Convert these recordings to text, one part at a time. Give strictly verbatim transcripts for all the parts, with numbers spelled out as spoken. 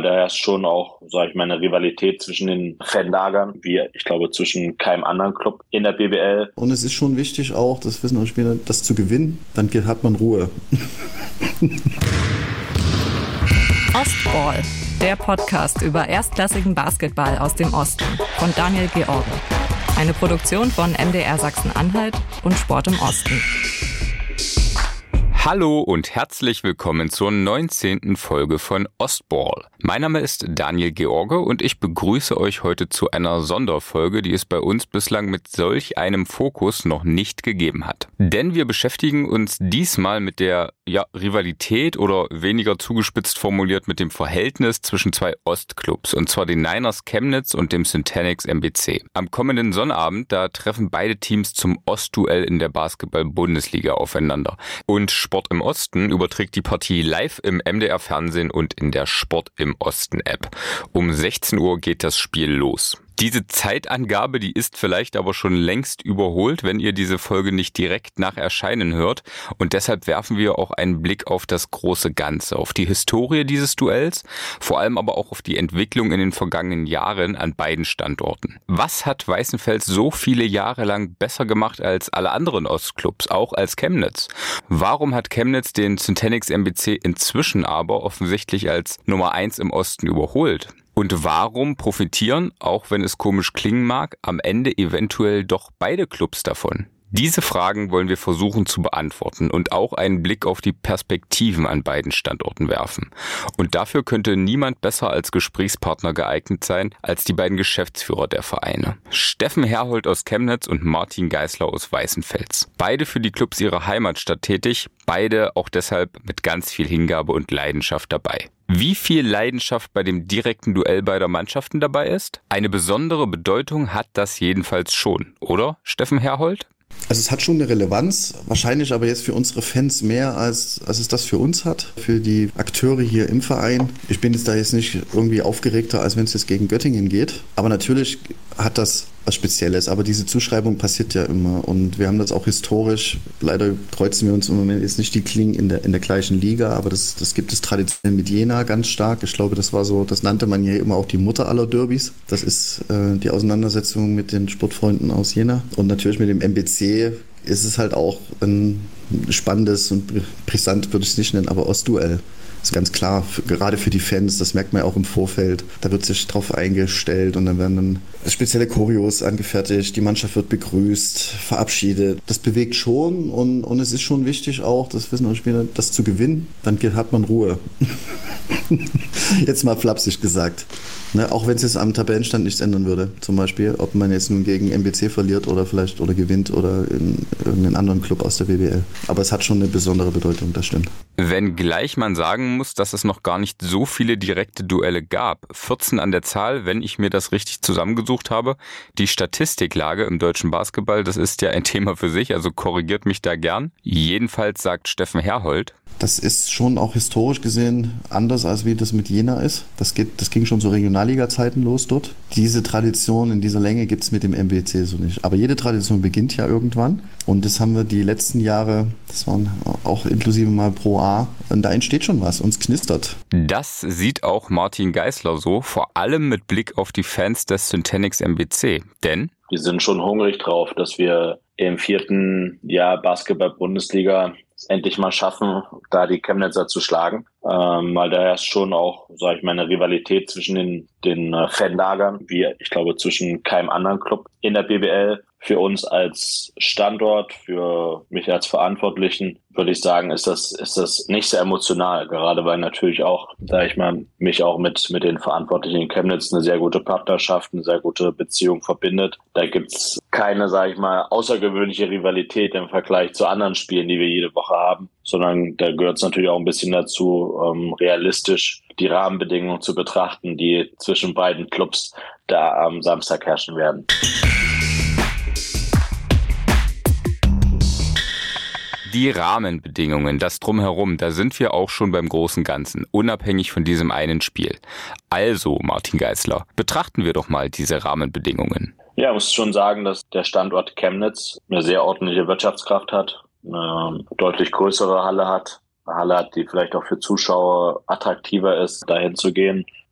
da herrscht schon auch, sage ich mal, eine Rivalität zwischen den Fanlagern, wie ich glaube zwischen keinem anderen Club in der B B L. Und es ist schon wichtig auch, das wissen auch Spieler, das zu gewinnen, dann hat man Ruhe. Ostball, der Podcast über erstklassigen Basketball aus dem Osten von Daniel George. Eine Produktion von M D R Sachsen-Anhalt und Sport im Osten. Hallo und herzlich willkommen zur neunzehnten Folge von Ostball. Mein Name ist Daniel George und ich begrüße euch heute zu einer Sonderfolge, die es bei uns bislang mit solch einem Fokus noch nicht gegeben hat. Denn wir beschäftigen uns diesmal mit der ja, Rivalität oder weniger zugespitzt formuliert mit dem Verhältnis zwischen zwei Ostclubs, und zwar den Niners Chemnitz und dem Syntanix M B C. Am kommenden Sonnabend, da treffen beide Teams zum Ostduell in der Basketball-Bundesliga aufeinander. Und Sport im Osten überträgt die Partie live im M D R Fernsehen und in der Sport im Osten App. Um sechzehn Uhr geht das Spiel los. Diese Zeitangabe, die ist vielleicht aber schon längst überholt, wenn ihr diese Folge nicht direkt nach Erscheinen hört. Und deshalb werfen wir auch einen Blick auf das große Ganze, auf die Historie dieses Duells, vor allem aber auch auf die Entwicklung in den vergangenen Jahren an beiden Standorten. Was hat Weißenfels so viele Jahre lang besser gemacht als alle anderen Ostclubs, auch als Chemnitz? Warum hat Chemnitz den Syntanix M B C inzwischen aber offensichtlich als Nummer eins im Osten überholt? Und warum profitieren, auch wenn es komisch klingen mag, am Ende eventuell doch beide Clubs davon? Diese Fragen wollen wir versuchen zu beantworten und auch einen Blick auf die Perspektiven an beiden Standorten werfen. Und dafür könnte niemand besser als Gesprächspartner geeignet sein als die beiden Geschäftsführer der Vereine. Steffen Herhold aus Chemnitz und Martin Geisler aus Weißenfels. Beide für die Clubs ihrer Heimatstadt tätig, beide auch deshalb mit ganz viel Hingabe und Leidenschaft dabei. Wie viel Leidenschaft bei dem direkten Duell beider Mannschaften dabei ist? Eine besondere Bedeutung hat das jedenfalls schon, oder, Steffen Herhold? Also es hat schon eine Relevanz, wahrscheinlich aber jetzt für unsere Fans mehr, als, als es das für uns hat, für die Akteure hier im Verein. Ich bin jetzt da jetzt nicht irgendwie aufgeregter, als wenn es jetzt gegen Göttingen geht. Aber natürlich hat das was Spezielles. Aber diese Zuschreibung passiert ja immer. Und wir haben das auch historisch. Leider kreuzen wir uns im Moment jetzt nicht die Klingen in der, in der gleichen Liga. Aber das, das gibt es traditionell mit Jena ganz stark. Ich glaube, das war so, das nannte man hier immer auch die Mutter aller Derbys. Das ist äh, die Auseinandersetzung mit den Sportfreunden aus Jena. Und natürlich mit dem M B C ist es halt auch ein spannendes und brisant, würde ich es nicht nennen, aber Ostduell. Das ist ganz klar, für, gerade für die Fans, das merkt man ja auch im Vorfeld. Da wird sich drauf eingestellt und dann werden dann spezielle Choreos angefertigt, die Mannschaft wird begrüßt, verabschiedet. Das bewegt schon und, und es ist schon wichtig auch, das wissen auch Spieler, das zu gewinnen, dann hat man Ruhe. Jetzt mal flapsig gesagt. Ne, auch wenn es jetzt am Tabellenstand nichts ändern würde, zum Beispiel, ob man jetzt nun gegen M B C verliert oder vielleicht oder gewinnt oder in irgendeinen anderen Club aus der B B L. Aber es hat schon eine besondere Bedeutung, das stimmt. Wenngleich man sagen muss, dass es noch gar nicht so viele direkte Duelle gab. vierzehn an der Zahl, wenn ich mir das richtig zusammengesucht habe. Die Statistiklage im deutschen Basketball, das ist ja ein Thema für sich, also korrigiert mich da gern. Jedenfalls sagt Steffen Herhold: Das ist schon auch historisch gesehen anders, als wie das mit Jena ist. Das geht, das ging schon so Regionalliga-Zeiten los dort. Diese Tradition in dieser Länge gibt es mit dem M B C so nicht. Aber jede Tradition beginnt ja irgendwann. Und das haben wir die letzten Jahre, das waren auch inklusive mal Pro A. Und da entsteht schon was, uns knistert. Das sieht auch Martin Geisler so, vor allem mit Blick auf die Fans des Syntanix M B C. Denn wir sind schon hungrig drauf, dass wir im vierten Jahr Basketball-Bundesliga es endlich mal schaffen, da die Chemnitzer zu schlagen. Ähm, weil da herrscht schon auch, sage ich mal, eine Rivalität zwischen den, den äh, Fanlagern, wie ich glaube zwischen keinem anderen Club in der B B L. Für uns als Standort, für mich als Verantwortlichen, würde ich sagen, ist das, ist das nicht sehr emotional. Gerade weil natürlich auch, sage ich mal, mich auch mit, mit den Verantwortlichen in Chemnitz eine sehr gute Partnerschaft, eine sehr gute Beziehung verbindet. Da gibt's keine, sage ich mal, außergewöhnliche Rivalität im Vergleich zu anderen Spielen, die wir jede Woche haben, sondern da gehört es natürlich auch ein bisschen dazu, ähm, realistisch die Rahmenbedingungen zu betrachten, die zwischen beiden Clubs da am Samstag herrschen werden. Die Rahmenbedingungen, das Drumherum, da sind wir auch schon beim großen Ganzen, unabhängig von diesem einen Spiel. Also, Martin Geisler, betrachten wir doch mal diese Rahmenbedingungen. Ja, ich muss schon sagen, dass der Standort Chemnitz eine sehr ordentliche Wirtschaftskraft hat, eine deutlich größere Halle hat, eine Halle hat, die vielleicht auch für Zuschauer attraktiver ist, dahin zu gehen.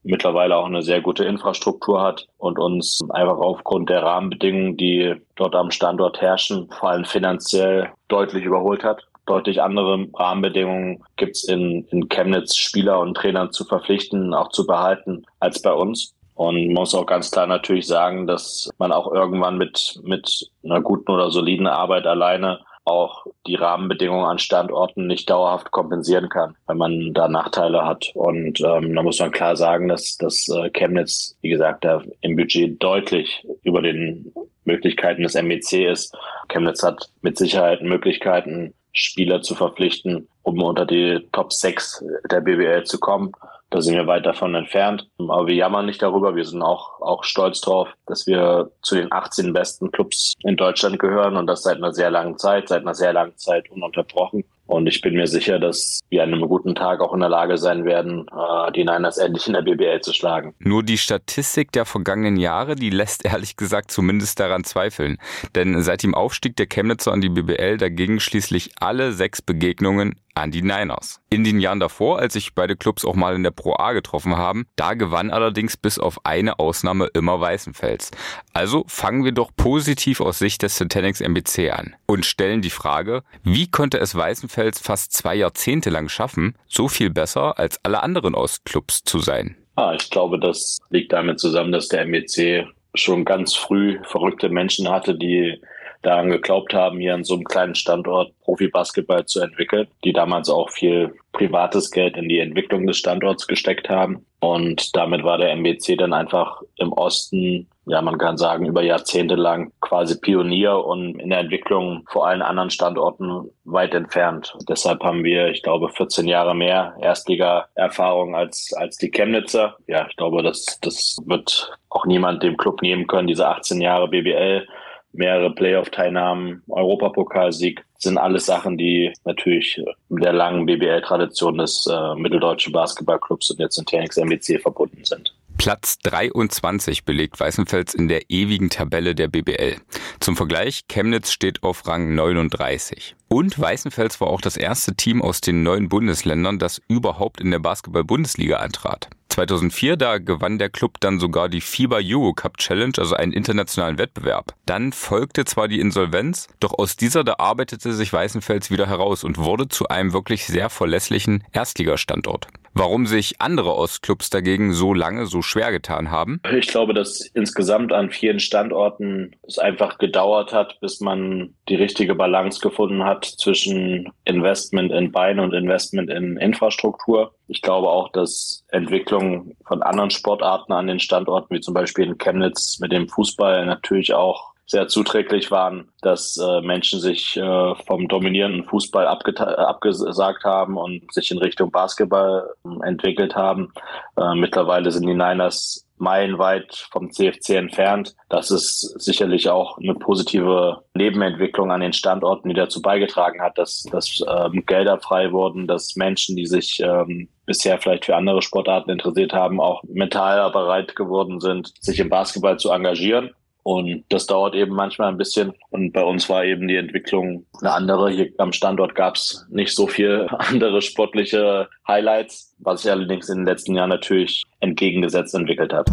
mittlerweile auch eine sehr gute Infrastruktur hat und uns einfach aufgrund der Rahmenbedingungen, die dort am Standort herrschen, vor allem finanziell deutlich überholt hat. Deutlich andere Rahmenbedingungen gibt es in, in Chemnitz, Spieler und Trainern zu verpflichten, auch zu behalten, als bei uns. Und man muss auch ganz klar natürlich sagen, dass man auch irgendwann mit, mit einer guten oder soliden Arbeit alleine auch die Rahmenbedingungen an Standorten nicht dauerhaft kompensieren kann, weil man da Nachteile hat. Und ähm, da muss man klar sagen, dass, dass äh, Chemnitz, wie gesagt, da im Budget deutlich über den Möglichkeiten des M B C ist. Chemnitz hat mit Sicherheit Möglichkeiten, Spieler zu verpflichten, um unter die Top sechs der B B L zu kommen. Da sind wir weit davon entfernt. Aber wir jammern nicht darüber. Wir sind auch, auch stolz drauf, dass wir zu den achtzehn besten Clubs in Deutschland gehören und das seit einer sehr langen Zeit, seit einer sehr langen Zeit ununterbrochen. Und ich bin mir sicher, dass wir an einem guten Tag auch in der Lage sein werden, die Niners endlich in der B B L zu schlagen. Nur die Statistik der vergangenen Jahre, die lässt ehrlich gesagt zumindest daran zweifeln. Denn seit dem Aufstieg der Chemnitzer an die B B L, da gingen schließlich alle sechs Begegnungen an die Niners. In den Jahren davor, als sich beide Clubs auch mal in der Pro A getroffen haben, da gewann allerdings bis auf eine Ausnahme immer Weißenfels. Also fangen wir doch positiv aus Sicht des Centennics M B C an und stellen die Frage, wie konnte es Weißenfels fast zwei Jahrzehnte lang schaffen, so viel besser als alle anderen Ostclubs zu sein? Ah, ich glaube, das liegt damit zusammen, dass der M B C schon ganz früh verrückte Menschen hatte, die daran geglaubt haben, hier an so einem kleinen Standort Profi-Basketball zu entwickeln, die damals auch viel privates Geld in die Entwicklung des Standorts gesteckt haben. Und damit war der M B C dann einfach im Osten, ja, man kann sagen, über Jahrzehnte lang quasi Pionier und in der Entwicklung vor allen anderen Standorten weit entfernt. Und deshalb haben wir, ich glaube, vierzehn Jahre mehr Erstliga-Erfahrung als, als die Chemnitzer. Ja, ich glaube, das, das wird auch niemand dem Club nehmen können, diese achtzehn Jahre B B L. Mehrere Playoff-Teilnahmen, Europapokalsieg, sind alles Sachen, die natürlich mit der langen B B L-Tradition des äh, mitteldeutschen Basketballclubs und jetzt Centennics M B C verbunden sind. Platz dreiundzwanzig belegt Weißenfels in der ewigen Tabelle der B B L. Zum Vergleich, Chemnitz steht auf Rang neununddreißig. Und Weißenfels war auch das erste Team aus den neuen Bundesländern, das überhaupt in der Basketball-Bundesliga antrat. zweitausendvier, da gewann der Club dann sogar die FIBA Eurocup Challenge, also einen internationalen Wettbewerb. Dann folgte zwar die Insolvenz, doch aus dieser da arbeitete sich Weißenfels wieder heraus und wurde zu einem wirklich sehr verlässlichen Erstligastandort. Warum sich andere Ostclubs dagegen so lange so schwer getan haben? Ich glaube, dass insgesamt an vielen Standorten es einfach gedauert hat, bis man die richtige Balance gefunden hat zwischen Investment in Beine und Investment in Infrastruktur. Ich glaube auch, dass Entwicklung von anderen Sportarten an den Standorten, wie zum Beispiel in Chemnitz mit dem Fußball, natürlich auch sehr zuträglich waren, dass äh, Menschen sich äh, vom dominierenden Fußball abgeta- abgesagt haben und sich in Richtung Basketball äh, entwickelt haben. Äh, mittlerweile sind die Niners meilenweit vom C F C entfernt. Das ist sicherlich auch eine positive Nebenentwicklung an den Standorten, die dazu beigetragen hat, dass, dass ähm, Gelder frei wurden, dass Menschen, die sich ähm, bisher vielleicht für andere Sportarten interessiert haben, auch mental bereit geworden sind, sich im Basketball zu engagieren. Und das dauert eben manchmal ein bisschen. Und bei uns war eben die Entwicklung eine andere. Hier am Standort gab es nicht so viel andere sportliche Highlights, was sich allerdings in den letzten Jahren natürlich entgegengesetzt entwickelt hat.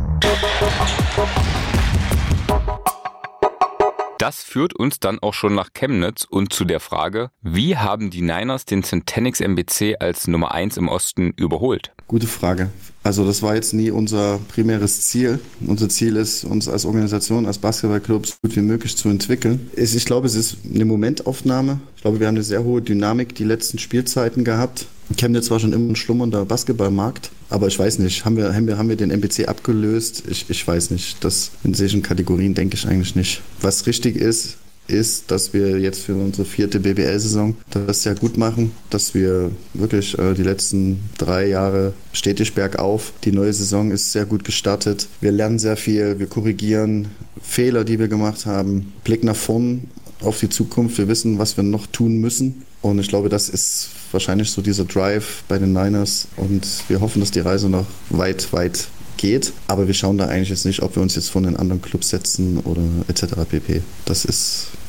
Das führt uns dann auch schon nach Chemnitz und zu der Frage, wie haben die Niners den Centennics M B C als Nummer eins im Osten überholt? Gute Frage. Also das war jetzt nie unser primäres Ziel. Unser Ziel ist, uns als Organisation, als Basketballclub so gut wie möglich zu entwickeln. Ich glaube, es ist eine Momentaufnahme. Ich glaube, wir haben eine sehr hohe Dynamik die letzten Spielzeiten gehabt. Chemnitz war schon immer ein schlummernder Basketballmarkt. Aber ich weiß nicht, haben wir, haben wir, haben wir den M B C abgelöst? Ich, ich weiß nicht. Das in solchen Kategorien denke ich eigentlich nicht. Was richtig ist, ist, dass wir jetzt für unsere vierte B B L-Saison das sehr gut machen, dass wir wirklich äh, die letzten drei Jahre stetig bergauf. Die neue Saison ist sehr gut gestartet. Wir lernen sehr viel, wir korrigieren Fehler, die wir gemacht haben, Blick nach vorn auf die Zukunft. Wir wissen, was wir noch tun müssen. Und ich glaube, das ist wahrscheinlich so dieser Drive bei den Niners. Und wir hoffen, dass die Reise noch weit, weit geht. Aber wir schauen da eigentlich jetzt nicht, ob wir uns jetzt von den anderen Clubs setzen oder et cetera pp. Das ist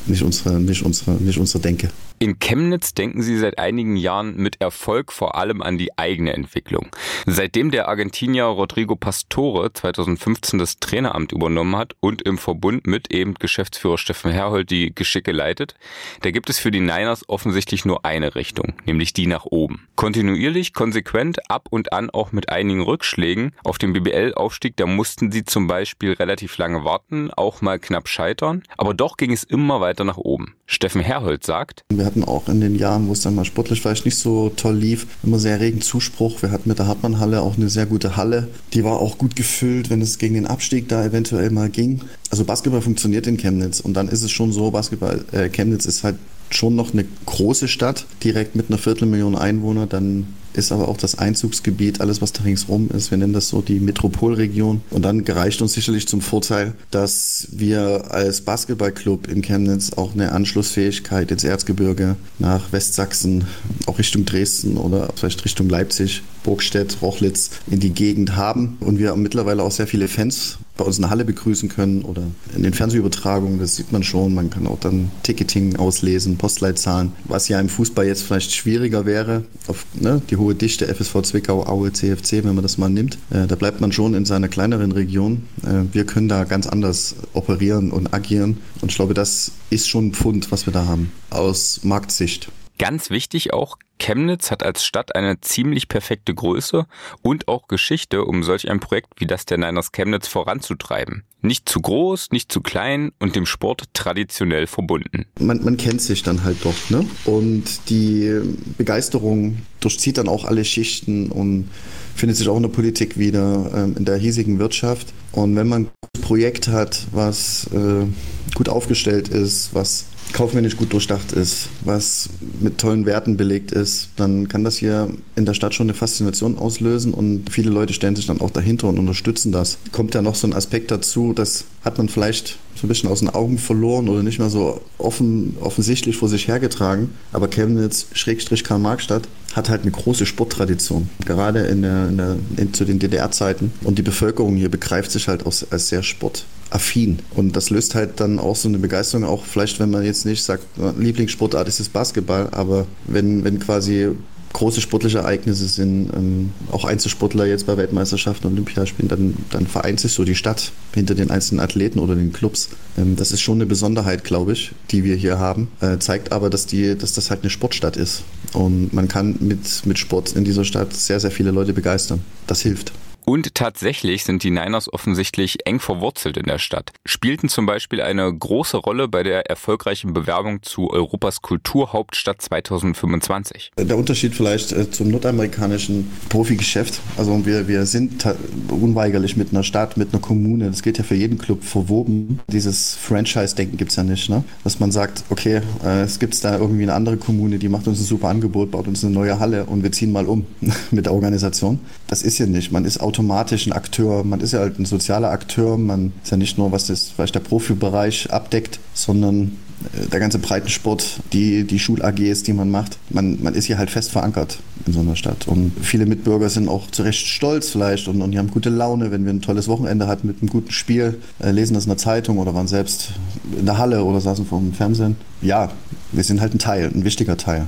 nicht unsere, nicht unsere, nicht unsere Denke. In Chemnitz denken sie seit einigen Jahren mit Erfolg vor allem an die eigene Entwicklung. Seitdem der Argentinier Rodrigo Pastore zweitausendfünfzehn das Traineramt übernommen hat und im Verbund mit eben Geschäftsführer Steffen Herhold die Geschicke leitet, da gibt es für die Niners offensichtlich nur eine Richtung, nämlich die nach oben. Kontinuierlich, konsequent, ab und an auch mit einigen Rückschlägen. Auf den B B L-Aufstieg, da mussten sie zum Beispiel relativ lange warten, auch mal knapp scheitern, aber doch ging es immer weiter nach oben. Steffen Herhold sagt: Wir hatten auch in den Jahren, wo es dann mal sportlich vielleicht nicht so toll lief, immer sehr regen Zuspruch. Wir hatten mit der Hartmann-Halle auch eine sehr gute Halle. Die war auch gut gefüllt, wenn es gegen den Abstieg da eventuell mal ging. Also Basketball funktioniert in Chemnitz und dann ist es schon so, Basketball, äh, Chemnitz ist halt schon noch eine große Stadt, direkt mit einer Viertelmillion Einwohner, dann ist aber auch das Einzugsgebiet, alles was da ringsrum ist, wir nennen das so die Metropolregion. Und dann gereicht uns sicherlich zum Vorteil, dass wir als Basketballclub in Chemnitz auch eine Anschlussfähigkeit ins Erzgebirge, nach Westsachsen, auch Richtung Dresden oder vielleicht Richtung Leipzig, Burgstedt, Rochlitz in die Gegend haben. Und wir mittlerweile auch sehr viele Fans bei uns in der Halle begrüßen können oder in den Fernsehübertragungen, das sieht man schon. Man kann auch dann Ticketing auslesen, Postleitzahlen, was ja im Fußball jetzt vielleicht schwieriger wäre, auf ne, die hohe Dichte, F S V Zwickau, Aue, C F C, wenn man das mal nimmt. Äh, da bleibt man schon in seiner kleineren Region. Äh, wir können da ganz anders operieren und agieren und ich glaube, das ist schon ein Pfund, was wir da haben, aus Marktsicht. Ganz wichtig auch, Chemnitz hat als Stadt eine ziemlich perfekte Größe und auch Geschichte, um solch ein Projekt wie das der Niners Chemnitz voranzutreiben. Nicht zu groß, nicht zu klein und dem Sport traditionell verbunden. Man, man kennt sich dann halt doch, ne? Und die Begeisterung durchzieht dann auch alle Schichten und findet sich auch in der Politik wieder, ähm, in der hiesigen Wirtschaft. Und wenn man ein Projekt hat, was äh, gut aufgestellt ist, was kaufmännisch gut durchdacht ist, was mit tollen Werten belegt ist, dann kann das hier in der Stadt schon eine Faszination auslösen und viele Leute stellen sich dann auch dahinter und unterstützen das. Kommt ja noch so ein Aspekt dazu, das hat man vielleicht so ein bisschen aus den Augen verloren oder nicht mehr so offen, offensichtlich vor sich hergetragen, aber Chemnitz, Schrägstrich Karl-Marx-Stadt, hat halt eine große Sporttradition, gerade in der, in der, in, zu den D D R-Zeiten und die Bevölkerung hier begreift sich halt als, als sehr sportaffin und das löst halt dann auch so eine Begeisterung, auch vielleicht, wenn man jetzt nicht sagt, Lieblingssportart ist das Basketball, aber wenn, wenn quasi große sportliche Ereignisse sind, ähm, auch Einzelsportler jetzt bei Weltmeisterschaften und Olympiaspielen, dann, dann vereint sich so die Stadt hinter den einzelnen Athleten oder den Clubs. Ähm, das ist schon eine Besonderheit, glaube ich, die wir hier haben. Äh, zeigt aber, dass, die, dass das halt eine Sportstadt ist. Und man kann mit, mit Sport in dieser Stadt sehr, sehr viele Leute begeistern. Das hilft. Und tatsächlich sind die Niners offensichtlich eng verwurzelt in der Stadt. Spielten zum Beispiel eine große Rolle bei der erfolgreichen Bewerbung zu Europas Kulturhauptstadt zweitausendfünfundzwanzig. Der Unterschied vielleicht äh, zum nordamerikanischen Profigeschäft. Also wir, wir sind ta- unweigerlich mit einer Stadt, mit einer Kommune. Das geht ja für jeden Club verwoben. Dieses Franchise-Denken gibt es ja nicht, ne? Dass man sagt, okay, äh, es gibt da irgendwie eine andere Kommune, die macht uns ein super Angebot, baut uns eine neue Halle und wir ziehen mal um mit der Organisation. Das ist ja nicht. Man ist automatisch ein Akteur. Man ist ja halt ein sozialer Akteur. Man ist ja nicht nur, was das vielleicht der Profibereich abdeckt, sondern der ganze Breitensport, die, die Schul-A Gs, die man macht. Man, man ist hier halt fest verankert in so einer Stadt. Und viele Mitbürger sind auch zu Recht stolz vielleicht und, und die haben gute Laune, wenn wir ein tolles Wochenende hatten mit einem guten Spiel, äh, lesen das in der Zeitung oder waren selbst in der Halle oder saßen vor dem Fernsehen. Ja, wir sind halt ein Teil, ein wichtiger Teil.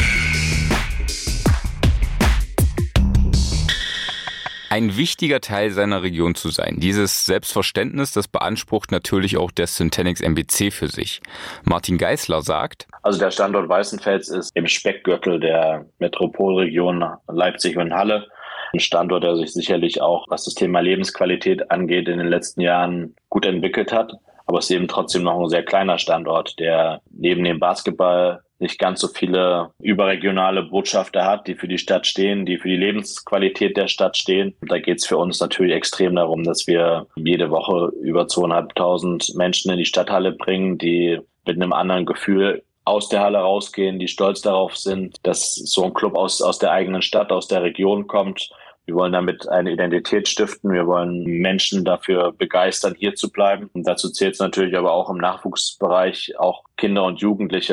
Ein wichtiger Teil seiner Region zu sein. Dieses Selbstverständnis, das beansprucht natürlich auch der Syntanix M B C für sich. Martin Geisler sagt: Also der Standort Weißenfels ist im Speckgürtel der Metropolregion Leipzig und Halle. Ein Standort, der sich sicherlich auch, was das Thema Lebensqualität angeht, in den letzten Jahren gut entwickelt hat. Aber es ist eben trotzdem noch ein sehr kleiner Standort, der neben dem Basketball nicht ganz so viele überregionale Botschafter hat, die für die Stadt stehen, die für die Lebensqualität der Stadt stehen. Und da geht es für uns natürlich extrem darum, dass wir jede Woche über zweieinhalbtausend Menschen in die Stadthalle bringen, die mit einem anderen Gefühl aus der Halle rausgehen, die stolz darauf sind, dass so ein Club aus, aus der eigenen Stadt, aus der Region kommt. Wir wollen damit eine Identität stiften. Wir wollen Menschen dafür begeistern, hier zu bleiben. Und dazu zählt es natürlich aber auch im Nachwuchsbereich, auch Kinder und Jugendliche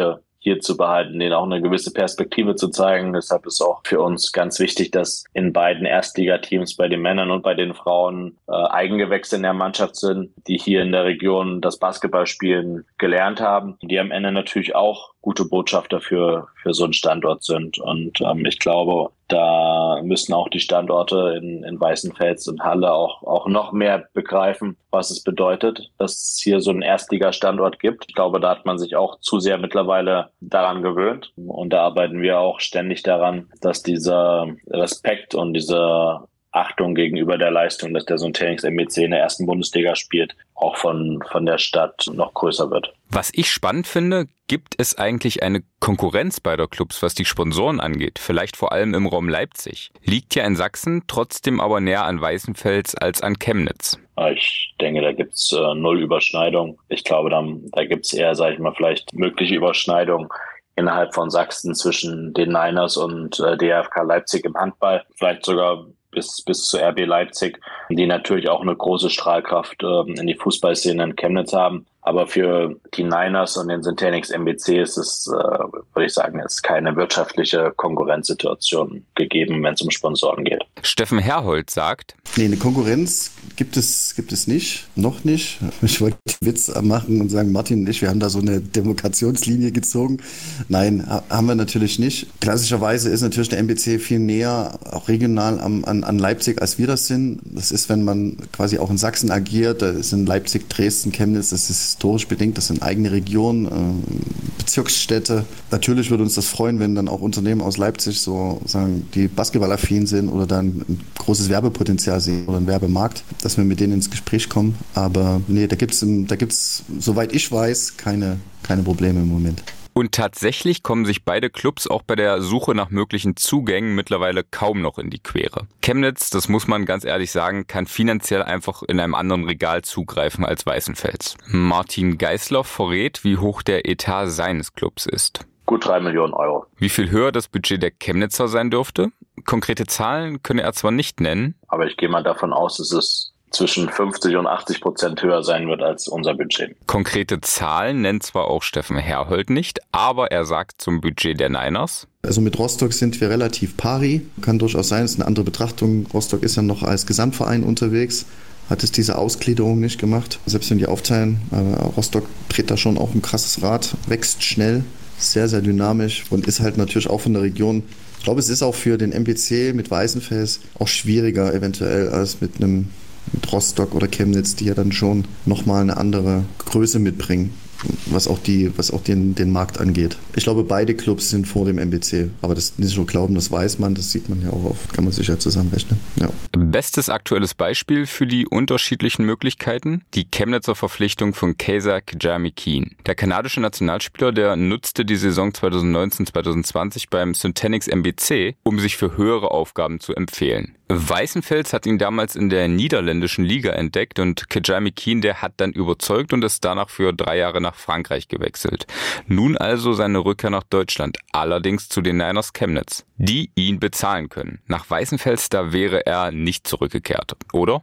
hier zu behalten, denen auch eine gewisse Perspektive zu zeigen. Deshalb ist auch für uns ganz wichtig, dass in beiden Erstligateams, bei den Männern und bei den Frauen, äh, Eigengewächse in der Mannschaft sind, die hier in der Region das Basketballspielen gelernt haben, die am Ende natürlich auch gute Botschafter für, für so einen Standort sind. Und ähm, ich glaube, da müssen auch die Standorte in, in Weißenfels und Halle auch, auch noch mehr begreifen, was es bedeutet, dass es hier so einen Erstliga-Standort gibt. Ich glaube, da hat man sich auch zu sehr mittlerweile daran gewöhnt. Und da arbeiten wir auch ständig daran, dass dieser Respekt und diese Achtung gegenüber der Leistung, dass der Sonthenix M B C in der ersten Bundesliga spielt, auch von, von der Stadt noch größer wird. Was ich spannend finde, gibt es eigentlich eine Konkurrenz beider Clubs, was die Sponsoren angeht? Vielleicht vor allem im Raum Leipzig. Liegt ja in Sachsen, trotzdem aber näher an Weißenfels als an Chemnitz. Ich denke, da gibt's äh, null Überschneidung. Ich glaube, da, da gibt's eher, sage ich mal, vielleicht mögliche Überschneidung innerhalb von Sachsen zwischen den Niners und äh, D R F K Leipzig im Handball. Vielleicht sogar bis bis zu R B Leipzig, die natürlich auch eine große Strahlkraft äh, in die Fußballszene in Chemnitz haben. Aber für die Niners und den Sonthenix M B C ist es, äh, würde ich sagen, ist keine wirtschaftliche Konkurrenzsituation gegeben, wenn es um Sponsoren geht. Steffen Herhold sagt: Nee, eine Konkurrenz gibt es, gibt es nicht, noch nicht. Ich wollte einen Witz machen und sagen, Martin und ich, wir haben da so eine Demarkationslinie gezogen. Nein, haben wir natürlich nicht. Klassischerweise ist natürlich der M B C viel näher, auch regional am, an, an Leipzig, als wir das sind. Das ist, wenn man quasi auch in Sachsen agiert, da sind Leipzig, Dresden, Chemnitz, das ist historisch bedingt, das sind eigene Regionen, äh, Bezirksstädte. Natürlich würde uns das freuen, wenn dann auch Unternehmen aus Leipzig so sagen, die basketballaffin sind oder dann ein großes Werbepotenzial sehen oder einen Werbemarkt, dass wir mit denen ins Gespräch kommen. Aber nee, da gibt's, da gibt's, soweit ich weiß, keine, keine Probleme im Moment. Und tatsächlich kommen sich beide Clubs auch bei der Suche nach möglichen Zugängen mittlerweile kaum noch in die Quere. Chemnitz, das muss man ganz ehrlich sagen, kann finanziell einfach in einem anderen Regal zugreifen als Weißenfels. Martin Geisler verrät, wie hoch der Etat seines Clubs ist. Gut drei Millionen Euro. Wie viel höher das Budget der Chemnitzer sein dürfte? Konkrete Zahlen könne er zwar nicht nennen. Aber ich gehe mal davon aus, dass es zwischen fünfzig und achtzig Prozent höher sein wird als unser Budget. Konkrete Zahlen nennt zwar auch Steffen Herhold nicht, aber er sagt zum Budget der Niners: Also mit Rostock sind wir relativ pari. Kann durchaus sein, es ist eine andere Betrachtung. Rostock ist ja noch als Gesamtverein unterwegs, hat es diese Ausgliederung nicht gemacht. Selbst wenn die aufteilen, aber Rostock dreht da schon auch ein krasses Rad, wächst schnell, sehr, sehr dynamisch und ist halt natürlich auch von der Region. Ich glaube, es ist auch für den M B C mit Weißenfels auch schwieriger eventuell als mit einem mit Rostock oder Chemnitz, die ja dann schon nochmal eine andere Größe mitbringen, was auch die, was auch den, den Markt angeht. Ich glaube, beide Clubs sind vor dem M B C, aber das nicht nur glauben, das weiß man, das sieht man ja auch oft, kann man sich ja zusammenrechnen. Ja. Bestes aktuelles Beispiel für die unterschiedlichen Möglichkeiten: die Chemnitzer Verpflichtung von Kaiser Kejami-Keen. Der kanadische Nationalspieler, der nutzte die Saison zwanzig neunzehn zwanzig zwanzig beim Sonthenix M B C, um sich für höhere Aufgaben zu empfehlen. Weißenfels hat ihn damals in der niederländischen Liga entdeckt und Kejami-Keen, der hat dann überzeugt und ist danach für drei Jahre nach Frankreich gewechselt. Nun also seine Rückkehr nach Deutschland, allerdings zu den Niners Chemnitz, die ihn bezahlen können. Nach Weißenfels, da wäre er nicht zurückgekehrt, oder?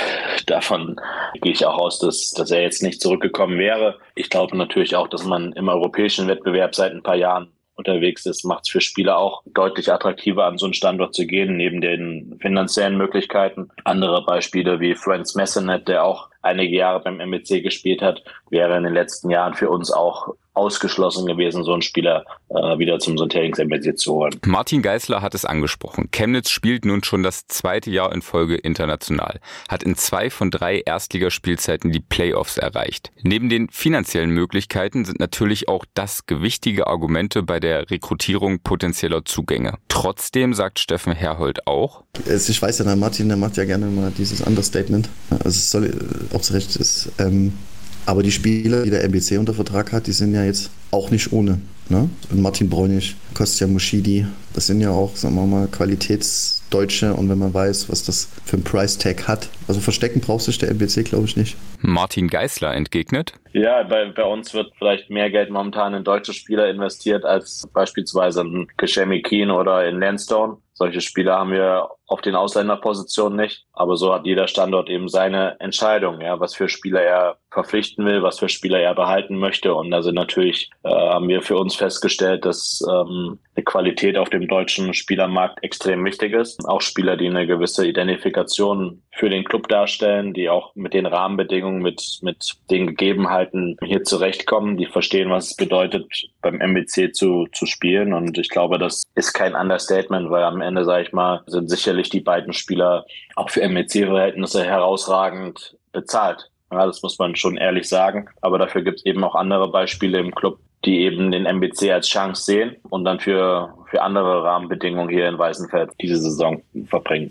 Davon gehe ich auch aus, dass, dass er jetzt nicht zurückgekommen wäre. Ich glaube natürlich auch, dass man im europäischen Wettbewerb seit ein paar Jahren unterwegs ist, macht es für Spieler auch deutlich attraktiver, an so einen Standort zu gehen, neben den finanziellen Möglichkeiten. Andere Beispiele wie Franz Messenet, der auch einige Jahre beim M B C gespielt hat, wäre in den letzten Jahren für uns auch ausgeschlossen gewesen, so einen Spieler äh, wieder zum Sonthenix M B C zu holen. Martin Geisler hat es angesprochen. Chemnitz spielt nun schon das zweite Jahr in Folge international, hat in zwei von drei Erstligaspielzeiten die Playoffs erreicht. Neben den finanziellen Möglichkeiten sind natürlich auch das gewichtige Argumente bei der Rekrutierung potenzieller Zugänge. Trotzdem sagt Steffen Herhold auch: Ich weiß ja, der Martin, der macht ja gerne mal dieses Understatement. Also es soll auch zu Recht ist. Ähm, aber die Spieler, die der M B C unter Vertrag hat, die sind ja jetzt auch nicht ohne. Ne? Und Martin Bräunig, Kostja Muschidi, das sind ja auch, sagen wir mal, Qualitätsdeutsche. Und wenn man weiß, was das für ein Price-Tag hat, also verstecken braucht sich der M B C, glaube ich, nicht. Martin Geisler entgegnet: Ja, bei, bei uns wird vielleicht mehr Geld momentan in deutsche Spieler investiert als beispielsweise in Kejami-Keen oder in Lansdowne. Solche Spieler haben wir auf den Ausländerpositionen nicht. Aber so hat jeder Standort eben seine Entscheidung, ja, was für Spieler er verpflichten will, was für Spieler er behalten möchte. Und da sind natürlich, äh, haben wir für uns festgestellt, dass ähm, eine Qualität auf dem deutschen Spielermarkt extrem wichtig ist. Auch Spieler, die eine gewisse Identifikation für den Club darstellen, die auch mit den Rahmenbedingungen, mit mit den Gegebenheiten hier zurechtkommen, die verstehen, was es bedeutet, beim M B C zu zu spielen. Und ich glaube, das ist kein Understatement, weil am Ende, sage ich mal, sind sicherlich die beiden Spieler auch für M B C-Verhältnisse herausragend bezahlt. Ja, das muss man schon ehrlich sagen. Aber dafür gibt es eben auch andere Beispiele im Club, die eben den M B C als Chance sehen und dann für, für andere Rahmenbedingungen hier in Weißenfels diese Saison verbringen.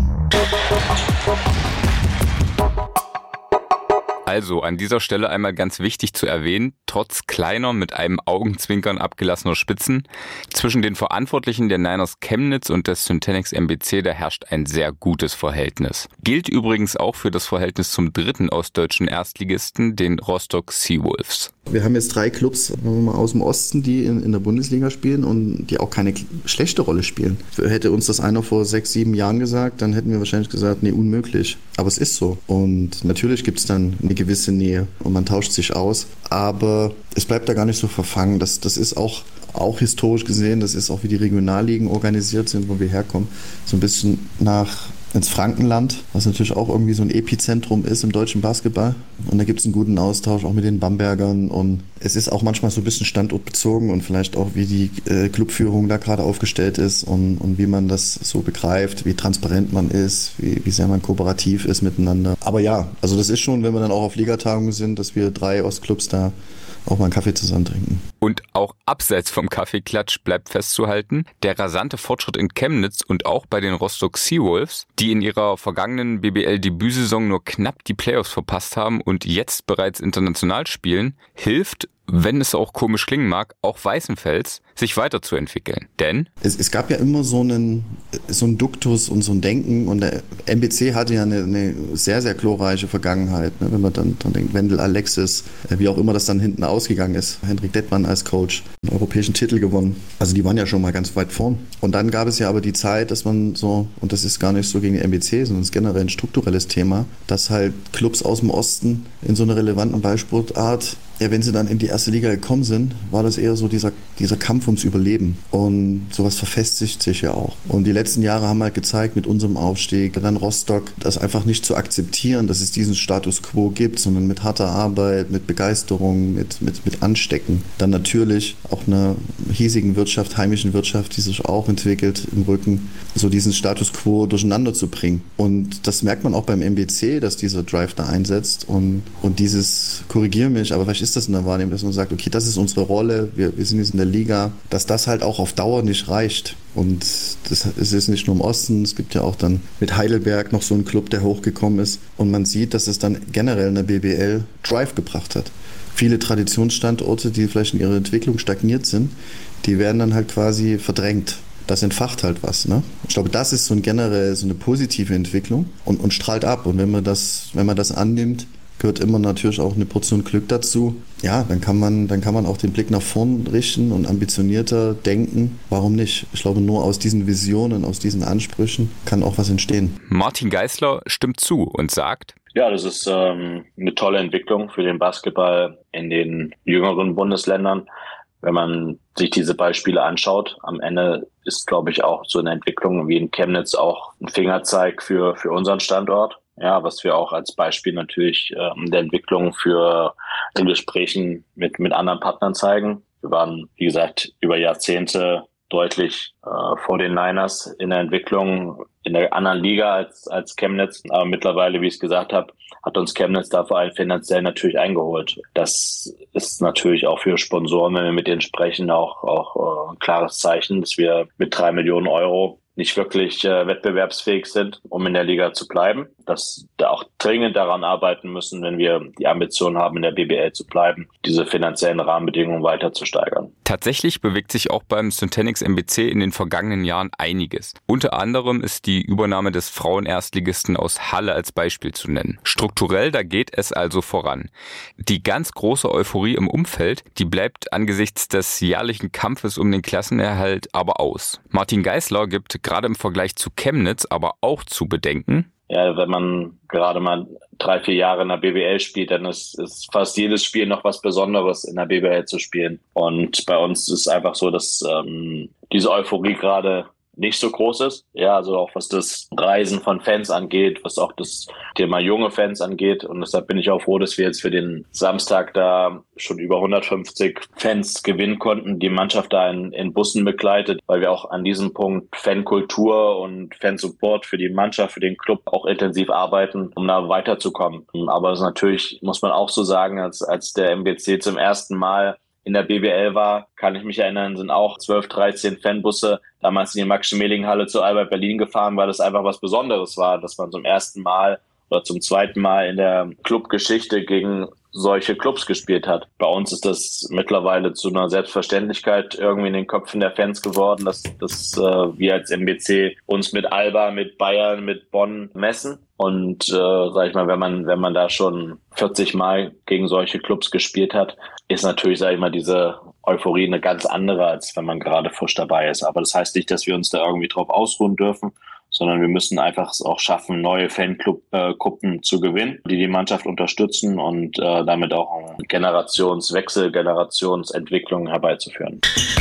Also an dieser Stelle einmal ganz wichtig zu erwähnen, trotz kleiner, mit einem Augenzwinkern abgelassener Spitzen, zwischen den Verantwortlichen der Niners Chemnitz und des Syntenix M B C, da herrscht ein sehr gutes Verhältnis. Gilt übrigens auch für das Verhältnis zum dritten ostdeutschen Erstligisten, den Rostock Seawolves. Wir haben jetzt drei Clubs aus dem Osten, die in, in der Bundesliga spielen und die auch keine schlechte Rolle spielen. Hätte uns das einer vor sechs, sieben Jahren gesagt, dann hätten wir wahrscheinlich gesagt, nee, unmöglich. Aber es ist so. Und natürlich gibt es dann eine gewisse Nähe und man tauscht sich aus. Aber es bleibt da gar nicht so verfangen. Das, das ist auch, auch historisch gesehen, das ist auch wie die Regionalligen organisiert sind, wo wir herkommen. So ein bisschen nach ins Frankenland, was natürlich auch irgendwie so ein Epizentrum ist im deutschen Basketball. Und da gibt es einen guten Austausch auch mit den Bambergern. Und es ist auch manchmal so ein bisschen standortbezogen und vielleicht auch, wie die äh, Clubführung da gerade aufgestellt ist und, und wie man das so begreift, wie transparent man ist, wie, wie sehr man kooperativ ist miteinander. Aber ja, also das ist schon, wenn wir dann auch auf Ligatagungen sind, dass wir drei Ostclubs da auch mal einen Kaffee zusammen trinken. Und auch abseits vom Kaffeeklatsch bleibt festzuhalten, der rasante Fortschritt in Chemnitz und auch bei den Rostock Seawolves, die in ihrer vergangenen B B L-Debütsaison nur knapp die Playoffs verpasst haben und jetzt bereits international spielen, hilft, wenn es auch komisch klingen mag, auch Weißenfels, sich weiterzuentwickeln. Denn es, es gab ja immer so einen, so einen Duktus und so ein Denken und der M B C hatte ja eine, eine sehr, sehr glorreiche Vergangenheit. Ne? Wenn man dann, dann denkt, Wendel Alexis, wie auch immer das dann hinten ausgegangen ist. Hendrik Dettmann als Coach, einen europäischen Titel gewonnen. Also die waren ja schon mal ganz weit vorn. Und dann gab es ja aber die Zeit, dass man so, und das ist gar nicht so gegen den M B C, sondern es ist generell ein strukturelles Thema, dass halt Clubs aus dem Osten in so einer relevanten Ballsportart, ja, wenn sie dann in die erste Liga gekommen sind, war das eher so dieser, dieser Kampf ums Überleben. Und sowas verfestigt sich ja auch. Und die letzten Jahre haben halt gezeigt, mit unserem Aufstieg, dann Rostock, das einfach nicht zu akzeptieren, dass es diesen Status quo gibt, sondern mit harter Arbeit, mit Begeisterung, mit, mit, mit Anstecken. Dann natürlich auch einer hiesigen Wirtschaft, heimischen Wirtschaft, die sich auch entwickelt im Rücken, so diesen Status quo durcheinander zu bringen. Und das merkt man auch beim M B C, dass dieser Drive da einsetzt und, und dieses, korrigiere mich, aber was ist das in der Wahrnehmung, dass man sagt, okay, das ist unsere Rolle, wir, wir sind jetzt in der Liga, dass das halt auch auf Dauer nicht reicht. Und das ist nicht nur im Osten, es gibt ja auch dann mit Heidelberg noch so einen Club, der hochgekommen ist. Und man sieht, dass es dann generell in der B B L Drive gebracht hat. Viele Traditionsstandorte, die vielleicht in ihrer Entwicklung stagniert sind, die werden dann halt quasi verdrängt. Das entfacht halt was, ne? Ich glaube, das ist so ein generell so eine positive Entwicklung und, und strahlt ab. Und wenn man das, wenn man das annimmt, gehört immer natürlich auch eine Portion Glück dazu. Ja, dann kann man, dann kann man auch den Blick nach vorn richten und ambitionierter denken. Warum nicht? Ich glaube, nur aus diesen Visionen, aus diesen Ansprüchen kann auch was entstehen. Martin Geisler stimmt zu und sagt: Ja, das ist ähm, eine tolle Entwicklung für den Basketball in den jüngeren Bundesländern. Wenn man sich diese Beispiele anschaut, am Ende ist, glaube ich, auch so eine Entwicklung wie in Chemnitz auch ein Fingerzeig für, für unseren Standort. Ja, was wir auch als Beispiel natürlich ähm, der Entwicklung für in Gesprächen mit, mit anderen Partnern zeigen. Wir waren, wie gesagt, über Jahrzehnte deutlich äh, vor den Niners in der Entwicklung in der anderen Liga als, als Chemnitz. Aber mittlerweile, wie ich es gesagt habe, hat uns Chemnitz da vor allem finanziell natürlich eingeholt. Das ist natürlich auch für Sponsoren, wenn wir mit denen sprechen, auch, auch äh, ein klares Zeichen, dass wir mit drei Millionen Euro nicht wirklich äh, wettbewerbsfähig sind, um in der Liga zu bleiben. dass da auch dringend daran arbeiten müssen, wenn wir die Ambition haben, in der B B L zu bleiben, diese finanziellen Rahmenbedingungen weiter zu steigern. Tatsächlich bewegt sich auch beim Syntanix M B C in den vergangenen Jahren einiges. Unter anderem ist die Übernahme des Frauen-Erstligisten aus Halle als Beispiel zu nennen. Strukturell, da geht es also voran. Die ganz große Euphorie im Umfeld, die bleibt angesichts des jährlichen Kampfes um den Klassenerhalt aber aus. Martin Geisler gibt gerade im Vergleich zu Chemnitz aber auch zu bedenken: Ja, wenn man gerade mal drei, vier Jahre in der B B L spielt, dann ist, ist fast jedes Spiel noch was Besonderes, in der B B L zu spielen. Und bei uns ist es einfach so, dass ähm, diese Euphorie gerade nicht so groß ist. Ja, also auch was das Reisen von Fans angeht, was auch das Thema junge Fans angeht. Und deshalb bin ich auch froh, dass wir jetzt für den Samstag da schon über hundertfünfzig Fans gewinnen konnten, die Mannschaft da in, in Bussen begleitet, weil wir auch an diesem Punkt Fankultur und Fansupport für die Mannschaft, für den Club auch intensiv arbeiten, um da weiterzukommen. Aber es ist natürlich, muss man auch so sagen, als, als der M B C zum ersten Mal in der B B L war, kann ich mich erinnern, sind auch zwölf, dreizehn Fanbusse damals in die Max-Schmeling-Halle zu Albert Berlin gefahren, weil das einfach was Besonderes war, dass man zum ersten Mal oder zum zweiten Mal in der Clubgeschichte gegen solche Clubs gespielt hat. Bei uns ist das mittlerweile zu einer Selbstverständlichkeit irgendwie in den Köpfen der Fans geworden, dass, dass äh, wir als M B C uns mit Alba, mit Bayern, mit Bonn messen. Und äh, sag ich mal, wenn man wenn man da schon vierzig Mal gegen solche Clubs gespielt hat, ist natürlich, sag ich mal, diese Euphorie eine ganz andere, als wenn man gerade frisch dabei ist. Aber das heißt nicht, dass wir uns da irgendwie drauf ausruhen dürfen, sondern wir müssen einfach es auch schaffen, neue Fanclub-Gruppen äh, zu gewinnen, die die Mannschaft unterstützen und äh, damit auch einen Generationswechsel, Generationsentwicklung herbeizuführen.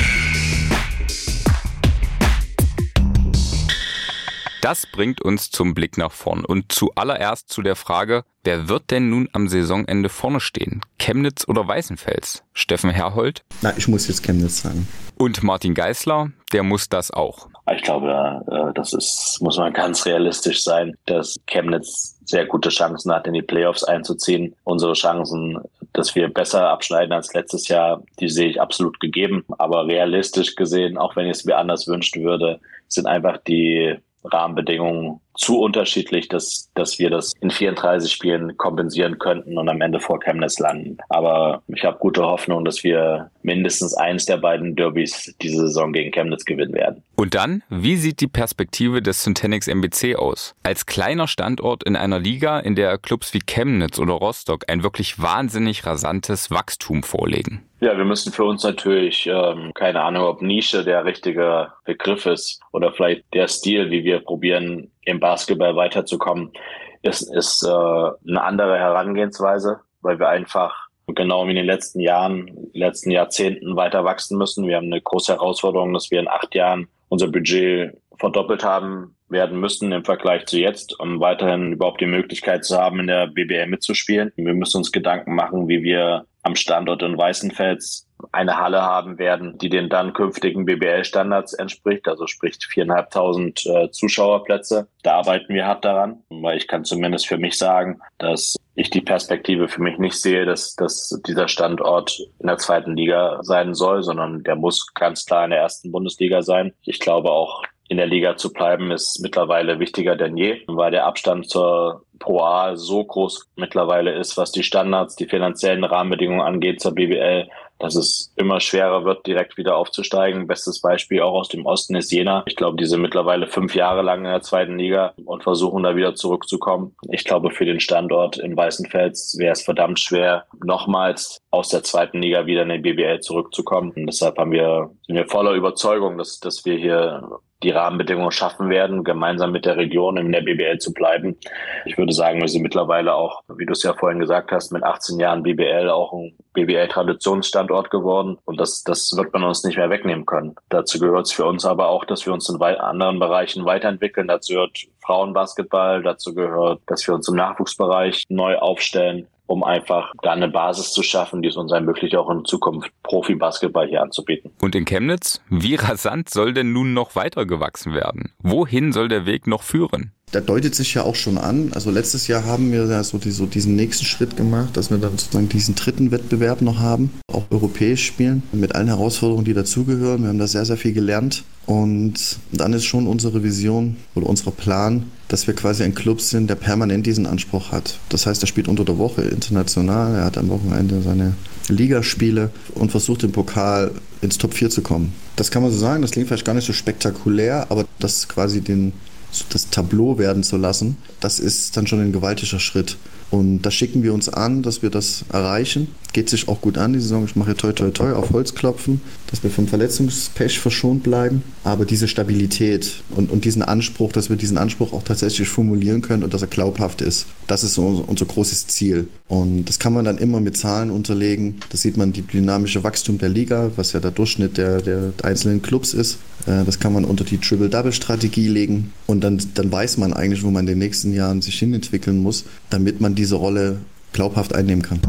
Das bringt uns zum Blick nach vorn und zuallererst zu der Frage: Wer wird denn nun am Saisonende vorne stehen? Chemnitz oder Weißenfels? Steffen Herhold? Na, ich muss jetzt Chemnitz sagen. Und Martin Geisler, der muss das auch. Ich glaube, das ist, muss man ganz realistisch sein, dass Chemnitz sehr gute Chancen hat, in die Playoffs einzuziehen. Unsere Chancen, dass wir besser abschneiden als letztes Jahr, die sehe ich absolut gegeben. Aber realistisch gesehen, auch wenn ich es mir anders wünschen würde, sind einfach die Rahmenbedingungen zu unterschiedlich, dass dass wir das in vierunddreißig Spielen kompensieren könnten und am Ende vor Chemnitz landen. Aber ich habe gute Hoffnung, dass wir mindestens eins der beiden Derbys diese Saison gegen Chemnitz gewinnen werden. Und dann, wie sieht die Perspektive des Syntanix M B C aus? Als kleiner Standort in einer Liga, in der Clubs wie Chemnitz oder Rostock ein wirklich wahnsinnig rasantes Wachstum vorlegen. Ja, wir müssen für uns natürlich, ähm, keine Ahnung, ob Nische der richtige Begriff ist oder vielleicht der Stil, wie wir probieren, im Basketball weiterzukommen, ist, ist äh, eine andere Herangehensweise, weil wir einfach genau wie in den letzten Jahren, letzten Jahrzehnten weiter wachsen müssen. Wir haben eine große Herausforderung, dass wir in acht Jahren unser Budget verdoppelt haben werden müssen im Vergleich zu jetzt, um weiterhin überhaupt die Möglichkeit zu haben, in der B B L mitzuspielen. Wir müssen uns Gedanken machen, wie wir am Standort in Weißenfels eine Halle haben werden, die den dann künftigen B B L-Standards entspricht, also sprich viereinhalbtausend äh, Zuschauerplätze. Da arbeiten wir hart daran, weil ich kann zumindest für mich sagen, dass ich die Perspektive für mich nicht sehe, dass, dass dieser Standort in der zweiten Liga sein soll, sondern der muss ganz klar in der ersten Bundesliga sein. Ich glaube auch, in der Liga zu bleiben, ist mittlerweile wichtiger denn je, weil der Abstand zur Pro A so groß mittlerweile ist, was die Standards, die finanziellen Rahmenbedingungen angeht zur B B L, dass es immer schwerer wird, direkt wieder aufzusteigen. Bestes Beispiel auch aus dem Osten ist Jena. Ich glaube, die sind mittlerweile fünf Jahre lang in der zweiten Liga und versuchen da wieder zurückzukommen. Ich glaube, für den Standort in Weißenfels wäre es verdammt schwer, nochmals aus der zweiten Liga wieder in die B B L zurückzukommen. Und deshalb haben wir, sind wir voller Überzeugung, dass, dass wir hier die Rahmenbedingungen schaffen werden, gemeinsam mit der Region in der B B L zu bleiben. Ich würde sagen, wir sind mittlerweile auch, wie du es ja vorhin gesagt hast, mit achtzehn Jahren B B L auch ein B B L-Traditionsstandort geworden. Und das, das wird man uns nicht mehr wegnehmen können. Dazu gehört es für uns aber auch, dass wir uns in anderen Bereichen weiterentwickeln. Dazu gehört Frauenbasketball, dazu gehört, dass wir uns im Nachwuchsbereich neu aufstellen, um einfach da eine Basis zu schaffen, die es uns ermöglicht, auch in Zukunft Profi-Basketball hier anzubieten. Und in Chemnitz? Wie rasant soll denn nun noch weiter gewachsen werden? Wohin soll der Weg noch führen? Da deutet sich ja auch schon an. Also letztes Jahr haben wir ja so, die, so diesen nächsten Schritt gemacht, dass wir dann sozusagen diesen dritten Wettbewerb noch haben, auch europäisch spielen, mit allen Herausforderungen, die dazugehören. Wir haben da sehr, sehr viel gelernt. Und dann ist schon unsere Vision oder unser Plan, dass wir quasi ein Club sind, der permanent diesen Anspruch hat. Das heißt, er spielt unter der Woche international, er hat am Wochenende seine Ligaspiele und versucht im Pokal ins Top vier zu kommen. Das kann man so sagen, das klingt vielleicht gar nicht so spektakulär, aber das quasi den, das Tableau werden zu lassen, das ist dann schon ein gewaltiger Schritt. Und da schicken wir uns an, dass wir das erreichen. Geht sich auch gut an, die Saison. Ich mache hier toi toi toi auf Holz klopfen, dass wir vom Verletzungspech verschont bleiben. Aber diese Stabilität und, und diesen Anspruch, dass wir diesen Anspruch auch tatsächlich formulieren können und dass er glaubhaft ist, das ist so unser, unser großes Ziel. Und das kann man dann immer mit Zahlen unterlegen. Da sieht man die dynamische Wachstum der Liga, was ja der Durchschnitt der, der einzelnen Clubs ist. Das kann man unter die Triple-Double-Strategie legen. Und dann, dann weiß man eigentlich, wo man in den nächsten Jahren sich hinentwickeln muss, damit man diese Rolle glaubhaft einnehmen kann.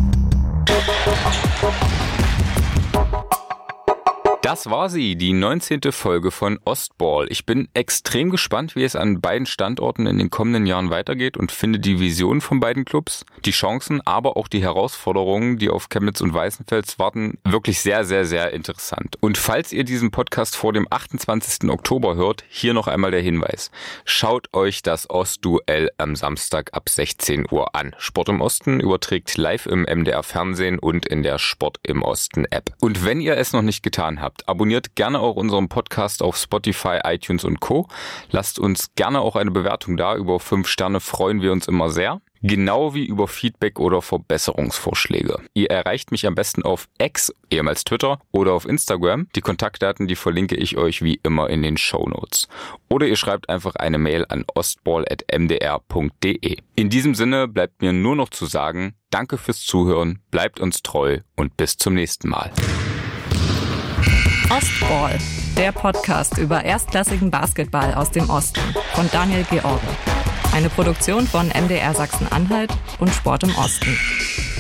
Das war sie, die neunzehnte Folge von Ostball. Ich bin extrem gespannt, wie es an beiden Standorten in den kommenden Jahren weitergeht und finde die Vision von beiden Clubs, die Chancen, aber auch die Herausforderungen, die auf Chemnitz und Weißenfels warten, wirklich sehr, sehr, sehr interessant. Und falls ihr diesen Podcast vor dem achtundzwanzigsten Oktober hört, hier noch einmal der Hinweis. Schaut euch das Ostduell am Samstag ab sechzehn Uhr an. Sport im Osten überträgt live im M D R Fernsehen und in der Sport im Osten App. Und wenn ihr es noch nicht getan habt, abonniert gerne auch unseren Podcast auf Spotify, iTunes und Co. Lasst uns gerne auch eine Bewertung da. Über fünf Sterne freuen wir uns immer sehr. Genau wie über Feedback oder Verbesserungsvorschläge. Ihr erreicht mich am besten auf X, ehemals Twitter, oder auf Instagram. Die Kontaktdaten, die verlinke ich euch wie immer in den Shownotes. Oder ihr schreibt einfach eine Mail an ostball at m d r punkt d e. In diesem Sinne bleibt mir nur noch zu sagen, danke fürs Zuhören, bleibt uns treu und bis zum nächsten Mal. Ostball, der Podcast über erstklassigen Basketball aus dem Osten von Daniel George. Eine Produktion von M D R Sachsen-Anhalt und Sport im Osten.